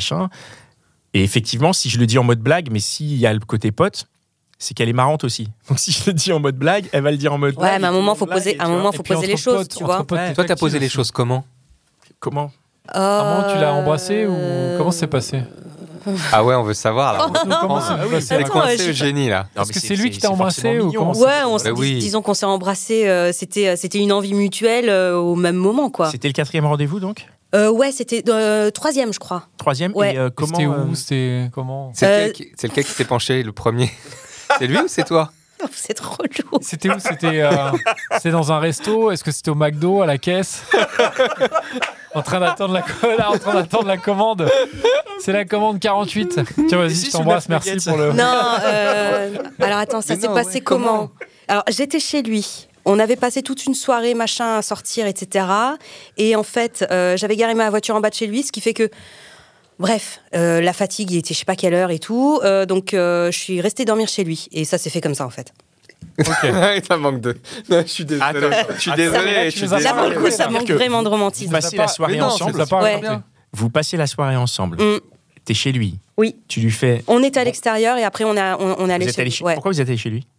S3: Et effectivement, si je le dis en mode blague, mais s'il y a le côté pote, c'est qu'elle est marrante aussi. Donc si je le dis en mode blague, elle va le dire en mode blague.
S5: Ouais, mais à un moment, faut poser les choses, tu vois.
S4: Toi, t'as posé les choses comment?
S3: Comment?
S6: À un moment, tu l'as embrassé ou comment c'est passé?
S4: Ah ouais, on veut savoir. Là.
S6: Comment c'est
S4: passé? Coincé Eugénie là.
S6: Est-ce que c'est lui qui t'a embrassé ou comment?
S5: Ouais, disons qu'on s'est embrassé. C'était une envie mutuelle au même moment, quoi.
S3: C'était le 4e rendez-vous donc?
S5: Ouais, c'était 3e, je crois.
S3: 3e.
S5: Ouais.
S3: Et comment?
S6: C'était où? C'était comment?
S4: C'est lequel qui s'est penché le premier? C'est lui ou c'est toi?
S5: C'est trop lourd.
S6: C'était où? C'était dans un resto? Est-ce que c'était au McDo, à la caisse? En train d'attendre la commande. C'est la commande 48. Tiens, vas-y, je t'embrasse, merci pour le...
S5: Non, alors attends, ça s'est passé comment? Alors, j'étais chez lui. On avait passé toute une soirée, machin, à sortir, etc. Et en fait, j'avais garé ma voiture en bas de chez lui, ce qui fait que... Bref, la fatigue, il était je sais pas quelle heure et tout. Donc, je suis restée dormir chez lui. Et ça s'est fait comme ça, en fait.
S4: Ok. Ça manque de... Non, je suis désolé. Attends, je suis désolé.
S5: Là, pour le coup, ça manque vraiment de romantisme.
S3: Vous passez la soirée ensemble. Vous passez la soirée ensemble. T'es chez lui.
S5: Oui.
S3: Tu lui fais...
S5: On est à l'extérieur et après, on est allé chez lui.
S3: Pourquoi vous êtes allé chez lui?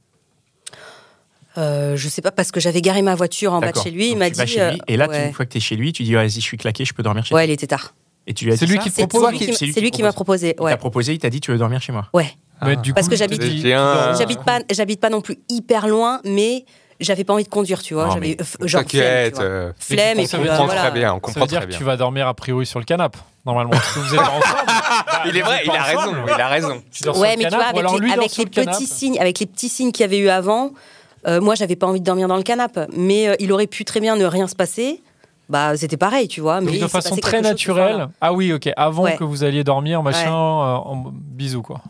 S5: Je sais pas, parce que j'avais garé ma voiture en bas de chez lui. Il m'a dit.
S3: Et là, une fois que t'es chez lui, tu dis vas-y, je suis claqué, je peux dormir chez toi.
S5: Ouais, il était tard.
S3: Et tu lui as dit
S6: c'est lui qui te propose.
S5: C'est lui qui m'a proposé.
S3: Il t'a proposé, il t'a dit tu veux dormir chez moi.
S5: Ouais.
S6: Mais du coup,
S5: parce que j'habite pas non plus hyper loin, mais j'avais pas envie de conduire, tu vois.
S4: Non,
S5: j'avais
S4: genre
S5: flemme et
S4: puis on comprend très bien. On comprend
S6: très bien. Que tu vas dormir a priori sur le canapé. Normalement, parce que vous êtes ensemble.
S4: Il est vrai, il a raison.
S5: Ouais, mais tu vois, avec les petits signes qu'il y avait eu avant. Moi, j'avais pas envie de dormir dans le canapé, mais il aurait pu très bien ne rien se passer. Bah, c'était pareil, tu vois. Mais
S6: de façon très naturelle. Ah oui, ok. Avant que vous alliez dormir, machin, en bisous, quoi.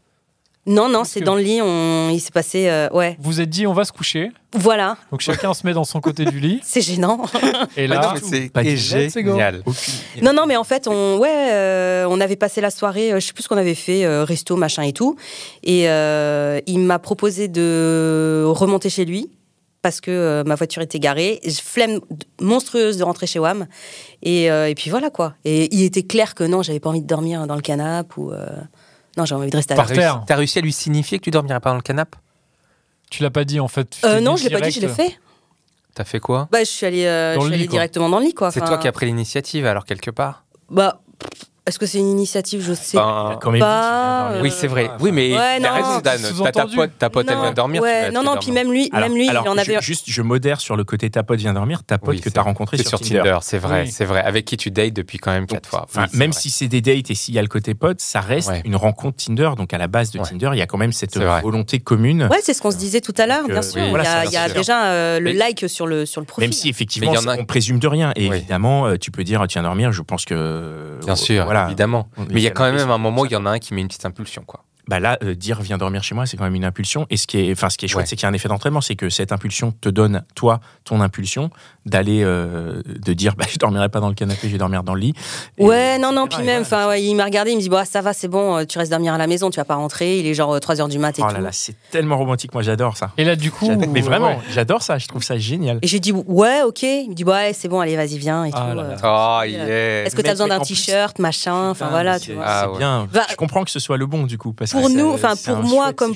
S5: Non, c'est dans le lit. Il s'est passé, ouais.
S6: Vous êtes dit, on va se coucher.
S5: Voilà.
S6: Donc chacun se met dans son côté du lit.
S5: C'est gênant.
S6: Et là,
S4: c'est génial.
S5: Non, mais en fait, on avait passé la soirée. Je sais plus ce qu'on avait fait, resto, machin et tout. Et il m'a proposé de remonter chez lui parce que ma voiture était garée. Flemme monstrueuse de rentrer chez WAM. Et puis voilà quoi. Et il était clair que non, j'avais pas envie de dormir dans le canapé ou. Non, j'ai envie de rester à
S6: terre.
S4: T'as réussi à lui signifier que tu dormirais pas dans le canapé?
S6: Tu l'as pas dit en fait.
S5: Non, je l'ai pas dit, je l'ai fait.
S4: T'as fait quoi?
S5: Bah, je suis allée directement dans le lit, quoi.
S4: C'est toi qui as pris l'initiative, alors quelque part?
S5: Bah, est-ce que c'est une initiative? Je sais pas.
S4: Oui, c'est vrai. Oui, mais il a raison, Dan. Ta pote, elle vient dormir.
S5: Non, puis même lui, il en avait.
S3: Juste, je modère sur le côté ta pote vient dormir. Ta pote que t'as rencontrée sur Tinder.
S4: C'est vrai. Avec qui tu dates depuis quand même 4 fois.
S3: Même si c'est des dates et s'il y a le côté pote, ça reste une rencontre Tinder. Donc à la base de Tinder, il y a quand même cette volonté commune.
S5: Ouais, c'est ce qu'on se disait tout à l'heure, bien sûr. Il y a déjà le like sur le profil.
S3: Même si effectivement, on présume de rien. Et évidemment, tu peux dire tiens dormir. Je pense que
S4: bien sûr. Évidemment. Mais il y a quand même un moment où il y en a un qui met une petite impulsion, quoi.
S3: Bah là, dire viens dormir chez moi, c'est quand même une impulsion. Et ce qui est chouette, c'est qu'il y a un effet d'entraînement, c'est que cette impulsion te donne, toi, ton impulsion d'aller, de dire, je dormirai pas dans le canapé, je vais dormir dans le lit.
S5: Ouais, non, puis même, il m'a regardé, il me dit, ça va, c'est bon, tu restes dormir à la maison, tu vas pas rentrer, il est genre 3h du mat et tout.
S3: Oh là là, c'est tellement romantique, moi j'adore ça.
S6: Et là, du coup.
S3: Mais vraiment, j'adore ça, je trouve ça génial.
S5: Et j'ai dit, ouais, ok. Il me dit, ouais, c'est bon, allez, vas-y, viens et tout. Est-ce que t'as besoin d'un t-shirt, machin, enfin voilà, tu vois.
S3: C'est bien. Je comprends que ce soit le bon, du coup.
S5: Pour nous, pour moi comme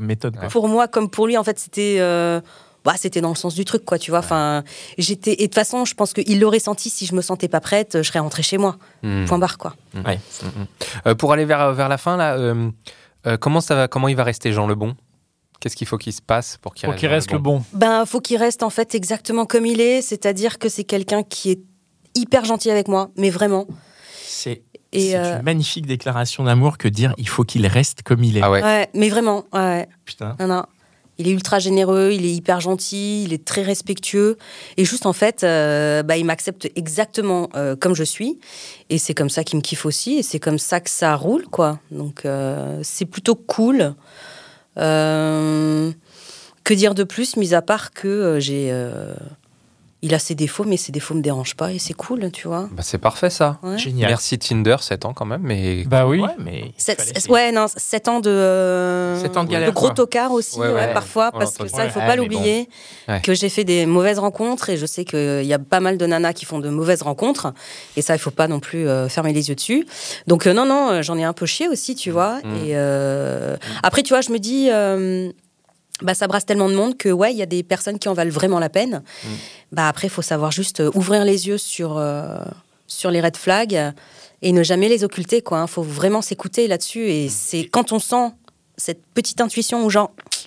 S5: pour lui, en fait, c'était dans le sens du truc, quoi, tu vois. Enfin, et de toute façon, je pense qu'il l'aurait senti si je me sentais pas prête, je serais rentrée chez moi. Point barre, quoi.
S4: Pour aller vers la fin là, comment il va rester Jean Lebon? Qu'est-ce qu'il faut qu'il se passe pour qu'il
S6: reste le bon?
S5: Ben, faut qu'il reste en fait exactement comme il est, c'est-à-dire que c'est quelqu'un qui est hyper gentil avec moi, mais vraiment.
S3: C'est une magnifique déclaration d'amour que dire il faut qu'il reste comme il est.
S4: Ah ouais.
S5: Ouais, mais vraiment. Ouais.
S3: Putain.
S5: Non. Il est ultra généreux, il est hyper gentil, il est très respectueux. Et juste, en fait, il m'accepte exactement comme je suis. Et c'est comme ça qu'il me kiffe aussi. Et c'est comme ça que ça roule, quoi. Donc, c'est plutôt cool. Que dire de plus, mis à part que il a ses défauts, mais ses défauts me dérangent pas et c'est cool, tu vois.
S4: Bah, c'est parfait, ça.
S5: Ouais.
S3: Génial.
S4: Merci Tinder, 7 ans quand même, mais...
S6: Bah oui.
S3: Ouais, mais
S5: 7 ans de...
S3: 7 ans de galère,
S5: gros
S3: quoi.
S5: tocard aussi, parfois, parce que ça, il faut pas l'oublier, que j'ai fait des mauvaises rencontres et je sais qu'il y a pas mal de nanas qui font de mauvaises rencontres et ça, il faut pas non plus fermer les yeux dessus. Donc non, j'en ai un peu chié aussi, tu vois. Et après, tu vois, je me dis... ça brasse tellement de monde que il y a des personnes qui en valent vraiment la peine. Après, il faut savoir juste ouvrir les yeux sur les red flags et ne jamais les occulter, quoi. Faut vraiment s'écouter là-dessus. Et c'est quand on sent cette petite intuition où genre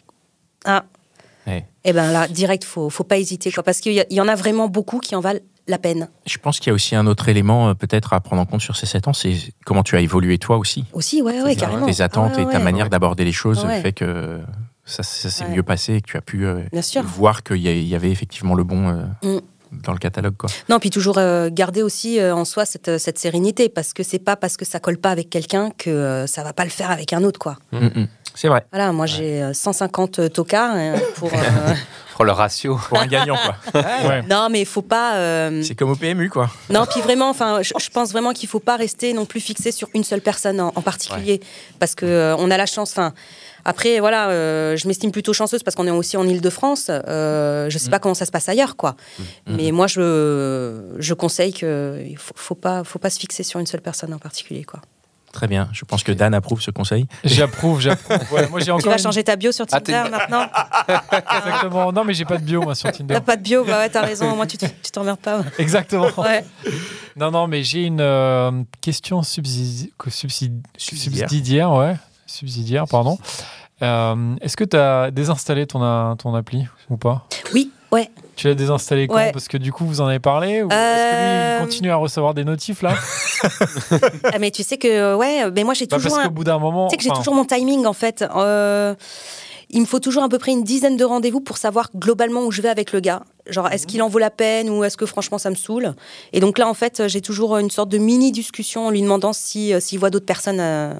S5: et ben là direct, faut pas hésiter, quoi, parce qu'il y en a vraiment beaucoup qui en valent la peine.
S3: Je pense qu'il y a aussi un autre élément peut-être à prendre en compte sur ces 7 ans, c'est comment tu as évolué toi aussi.
S5: Aussi, ouais, carrément.
S3: Tes attentes et ta manière d'aborder les choses
S5: Ouais.
S3: fait que ça s'est mieux passé et que tu as pu voir qu'il y avait effectivement le bon dans le catalogue, quoi.
S5: Non, puis toujours garder aussi en soi cette sérénité, parce que c'est pas parce que ça colle pas avec quelqu'un que ça va pas le faire avec un autre, quoi.
S3: C'est vrai.
S5: Voilà, moi j'ai 150 tocards pour...
S4: le ratio.
S3: Pour un gagnant, quoi.
S6: Ouais.
S5: Non, mais il faut pas...
S3: C'est comme au PMU, quoi.
S5: Non, puis vraiment, je pense vraiment qu'il faut pas rester non plus fixé sur une seule personne en particulier, parce que on a la chance... Après, voilà, je m'estime plutôt chanceuse parce qu'on est aussi en Île-de-France. Je sais pas comment ça se passe ailleurs, quoi. Mais moi, je conseille qu'il faut pas se fixer sur une seule personne en particulier, quoi.
S3: Très bien. Je pense que Dan approuve ce conseil.
S6: J'approuve. Ouais, moi, j'ai encore
S5: Tu vas changer ta bio sur Tinder maintenant?
S6: Exactement. Non, mais j'ai pas de bio, moi, sur Tinder.
S5: T'as pas de bio? Bah ouais, t'as raison. Moi, tu t'emmerdes pas.
S6: Exactement.
S5: Ouais.
S6: Non, mais j'ai une question subsidiaire, ouais. Subsidiaire, pardon. Est-ce que tu as désinstallé ton appli ou pas?
S5: Oui, ouais.
S6: Tu l'as désinstallé quand? Parce que du coup, vous en avez parlé ou est-ce que lui, il continue à recevoir des notifs, là?
S5: Mais tu sais que, mais moi, j'ai toujours...
S6: Parce qu'au bout d'un moment...
S5: Tu sais que j'ai toujours mon timing, en fait. Il me faut toujours à peu près une dizaine de rendez-vous pour savoir globalement où je vais avec le gars. Genre, est-ce qu'il en vaut la peine ou est-ce que franchement ça me saoule? Et donc là, en fait, j'ai toujours une sorte de mini-discussion en lui demandant s'il voit d'autres personnes...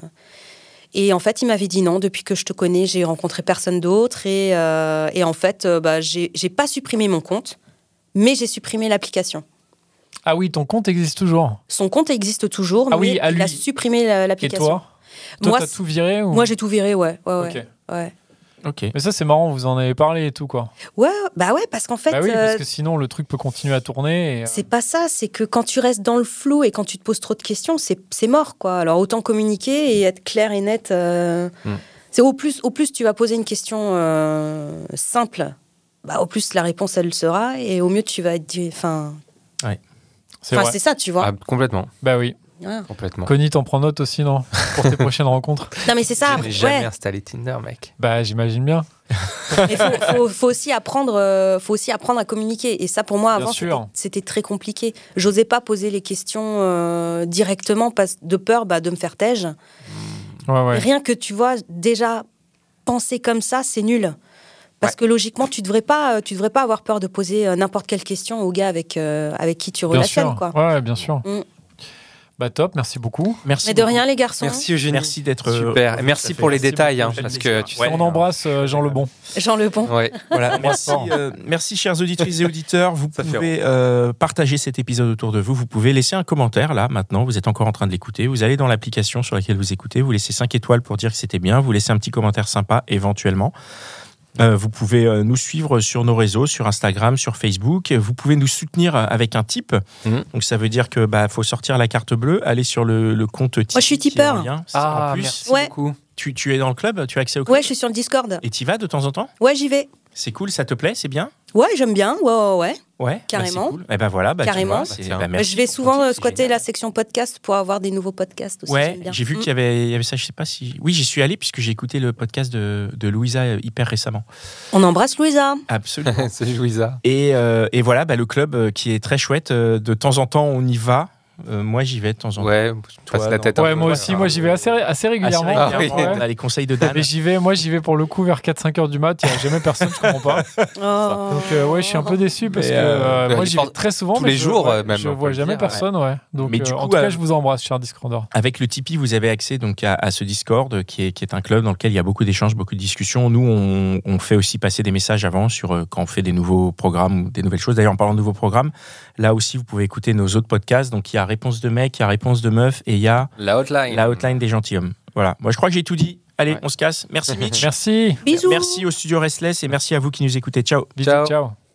S5: Et en fait, il m'avait dit non. Depuis que je te connais, j'ai rencontré personne d'autre. Et en fait, j'ai pas supprimé mon compte, mais j'ai supprimé l'application.
S6: Ah oui, ton compte existe toujours?
S5: Son compte existe toujours, mais il a supprimé l'application.
S6: Et toi, t'as tout viré ou...
S5: Moi, j'ai tout viré, ouais.
S3: Ok.
S6: Mais ça, c'est marrant, vous en avez parlé et tout, quoi.
S5: Ouais, parce qu'en fait...
S6: Bah oui, parce que sinon, le truc peut continuer à tourner.
S5: C'est pas ça, c'est que quand tu restes dans le flou et quand tu te poses trop de questions, c'est mort, quoi. Alors, autant communiquer et être clair et net. C'est au plus tu vas poser une question simple, au plus la réponse, elle sera, et au mieux, tu vas être... c'est ça, tu vois.
S4: Ah, complètement.
S6: Bah oui.
S5: Ouais.
S4: Complètement.
S6: Connie, t'en prends note aussi, non? Pour tes prochaines rencontres.
S5: Non, mais c'est ça.
S4: Je n'ai jamais installé Tinder, mec.
S6: Bah, j'imagine bien.
S5: Mais faut aussi apprendre à communiquer. Et ça, pour moi, avant, c'était très compliqué. J'osais pas poser les questions directement de peur de me faire têche.
S6: Ouais.
S5: Rien que, tu vois, déjà, penser comme ça, c'est nul. Parce que logiquement, tu devrais pas avoir peur de poser n'importe quelle question au gars avec qui tu relationnes, quoi.
S6: Ouais, bien sûr. Bah top, merci beaucoup.
S3: Merci.
S5: Mais de rien, les garçons.
S4: Merci Eugénie.
S3: Merci d'être
S4: super. Et merci pour les détails, parce que tu sais,
S6: on embrasse Jean Lebon.
S5: Jean Lebon.
S4: Ouais.
S3: Voilà. Merci chers auditrices et auditeurs. Vous pouvez partager cet épisode autour de vous. Vous pouvez laisser un commentaire là maintenant. Vous êtes encore en train de l'écouter. Vous allez dans l'application sur laquelle vous écoutez. Vous laissez 5 étoiles pour dire que c'était bien. Vous laissez un petit commentaire sympa éventuellement. Vous pouvez nous suivre sur nos réseaux, sur Instagram, sur Facebook. Vous pouvez nous soutenir avec un tip. Donc ça veut dire que faut sortir la carte bleue, aller sur le compte Tipeee.
S5: Moi, je suis tipeur.
S3: En plus,
S4: merci beaucoup.
S3: Tu es dans le club, tu as accès au club.
S5: Ouais, je suis sur le Discord.
S3: Et tu y vas de temps en temps?
S5: Ouais, j'y vais.
S3: C'est cool, ça te plaît, c'est bien?
S5: Ouais, j'aime bien. Ouais.
S3: Ouais,
S5: carrément.
S3: Bah, c'est cool. Et ben voilà,
S5: carrément.
S3: Tu vois, merci.
S5: Je vais souvent squatter la section podcast pour avoir des nouveaux podcasts aussi.
S3: Ouais, j'ai vu qu'il y avait ça, je sais pas si. Oui, j'y suis allé puisque j'ai écouté le podcast de Louisa hyper récemment.
S5: On embrasse Louisa.
S3: Absolument.
S4: Salut Louisa.
S3: Et voilà, le club qui est très chouette. De temps en temps, on y va. Moi, j'y vais de temps en temps.
S4: Ouais, je passe la tête.
S6: Ouais, moi aussi. Moi, j'y vais assez régulièrement.
S3: On a les conseils de Dan.
S6: Mais j'y vais pour le coup vers 4-5 heures du mat. Il n'y a jamais personne, je comprends pas. Donc, ouais, je suis un peu déçu parce que moi, j'y vais très souvent.
S4: Tous les jours, même.
S6: Je vois jamais personne, ouais. Donc,
S3: mais du coup,
S6: en tout cas, je vous embrasse, cher Discordor.
S3: Avec le Tipeee, vous avez accès donc à ce Discord qui est un club dans lequel il y a beaucoup d'échanges, beaucoup de discussions. Nous, on fait aussi passer des messages avant sur quand on fait des nouveaux programmes ou des nouvelles choses. D'ailleurs, en parlant de nouveaux programmes, là aussi, vous pouvez écouter nos autres podcasts. Donc, il y a Réponse de mec, il y a Réponse de meuf et il y a
S4: la hotline
S3: des gentilshommes. Voilà. Moi, je crois que j'ai tout dit. Allez, on se casse. Merci Mitch.
S6: Merci.
S5: Bisous.
S3: Merci au studio Restless et merci à vous qui nous écoutez. Ciao.
S6: Bisous. Ciao.